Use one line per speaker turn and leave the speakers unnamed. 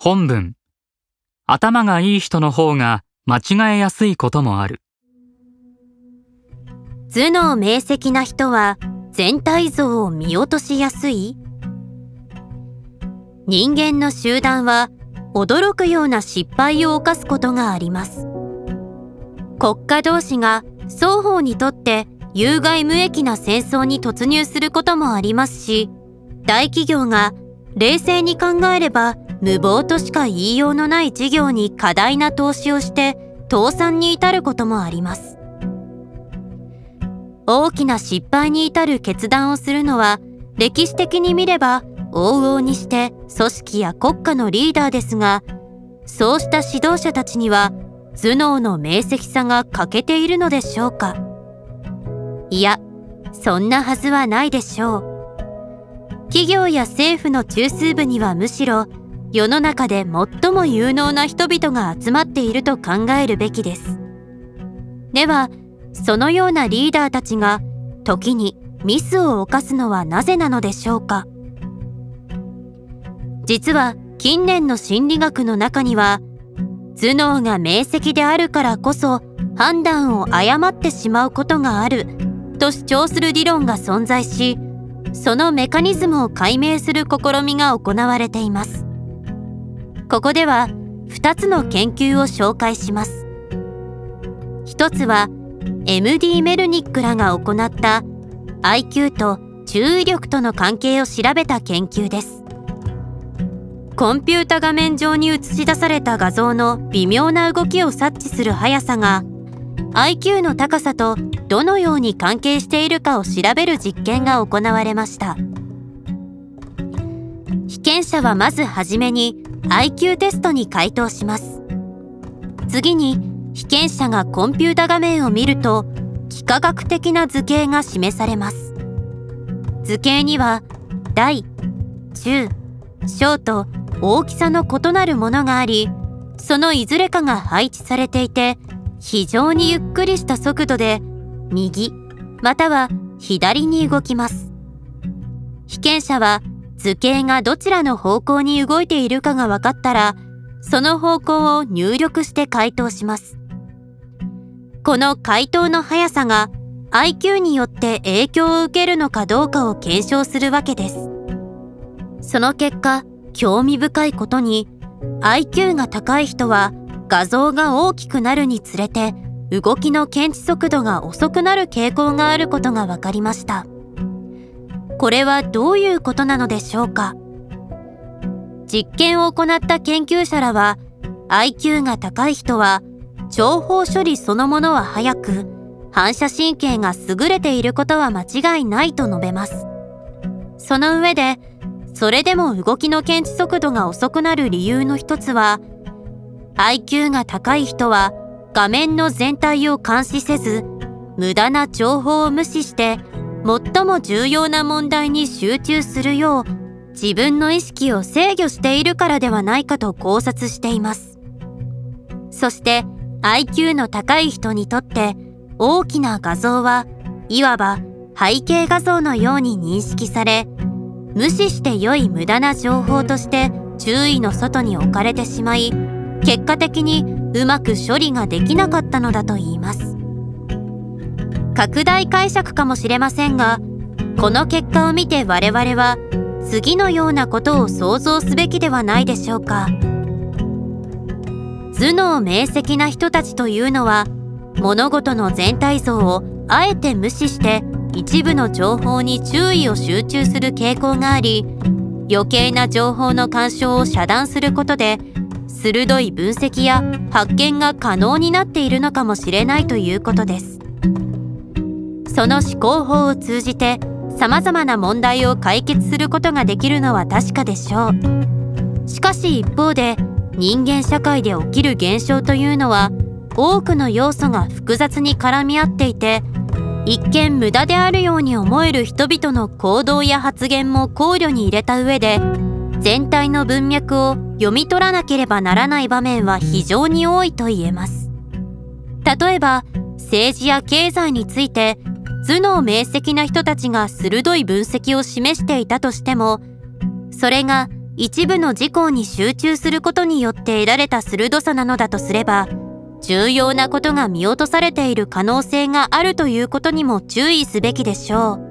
本文。頭がいい人の方が間違えやすいこともある。
頭脳明晰な人は全体像を見落としやすい？人間の集団は驚くような失敗を犯すことがあります。国家同士が双方にとって有害無益な戦争に突入することもありますし、大企業が冷静に考えれば無謀としか言いようのない事業に過大な投資をして倒産に至ることもあります。大きな失敗に至る決断をするのは歴史的に見れば往々にして組織や国家のリーダーですが、そうした指導者たちには頭脳の明晰さが欠けているのでしょうか。いや、そんなはずはないでしょう。企業や政府の中枢部にはむしろ世の中で最も有能な人々が集まっていると考えるべきです。では、そのようなリーダーたちが時にミスを犯すのはなぜなのでしょうか。実は近年の心理学の中には、頭脳が明晰であるからこそ判断を誤ってしまうことがあると主張する理論が存在し、そのメカニズムを解明する試みが行われています。ここでは2つの研究を紹介します。一つは MD メルニックらが行った IQ と注意力との関係を調べた研究です。コンピュータ画面上に映し出された画像の微妙な動きを察知する速さが IQ の高さとどのように関係しているかを調べる実験が行われました。被験者はまずはじめに IQ テストに回答します。次に被験者がコンピュータ画面を見ると幾何学的な図形が示されます。図形には大、中、小と大きさの異なるものがあり、そのいずれかが配置されていて、非常にゆっくりした速度で右または左に動きます。被験者は図形がどちらの方向に動いているかが分かったら、その方向を入力して回答します。この回答の速さが IQ によって影響を受けるのかどうかを検証するわけです。その結果、興味深いことに IQ が高い人は画像が大きくなるにつれて動きの検知速度が遅くなる傾向があることが分かりました。これはどういうことなのでしょうか。実験を行った研究者らは IQ が高い人は情報処理そのものは速く、反射神経が優れていることは間違いないと述べます。その上で、それでも動きの検知速度が遅くなる理由の一つは、IQ が高い人は画面の全体を監視せず、無駄な情報を無視して最も重要な問題に集中するよう自分の意識を制御しているからではないかと考察しています。そして IQ の高い人にとって大きな画像はいわば背景画像のように認識され、無視して良い無駄な情報として注意の外に置かれてしまい、結果的にうまく処理ができなかったのだといいます。拡大解釈かもしれませんが、この結果を見て我々は次のようなことを想像すべきではないでしょうか。頭脳明晰な人たちというのは、物事の全体像をあえて無視して一部の情報に注意を集中する傾向があり、余計な情報の干渉を遮断することで鋭い分析や発見が可能になっているのかもしれないということです。その思考法を通じて様々な問題を解決することができるのは確かでしょう。しかし一方で、人間社会で起きる現象というのは多くの要素が複雑に絡み合っていて、一見無駄であるように思える人々の行動や発言も考慮に入れた上で、全体の文脈を読み取らなければならない場面は非常に多いと言えます。例えば政治や経済について頭脳明晰な人たちが鋭い分析を示していたとしても、それが一部の事項に集中することによって得られた鋭さなのだとすれば、重要なことが見落とされている可能性があるということにも注意すべきでしょう。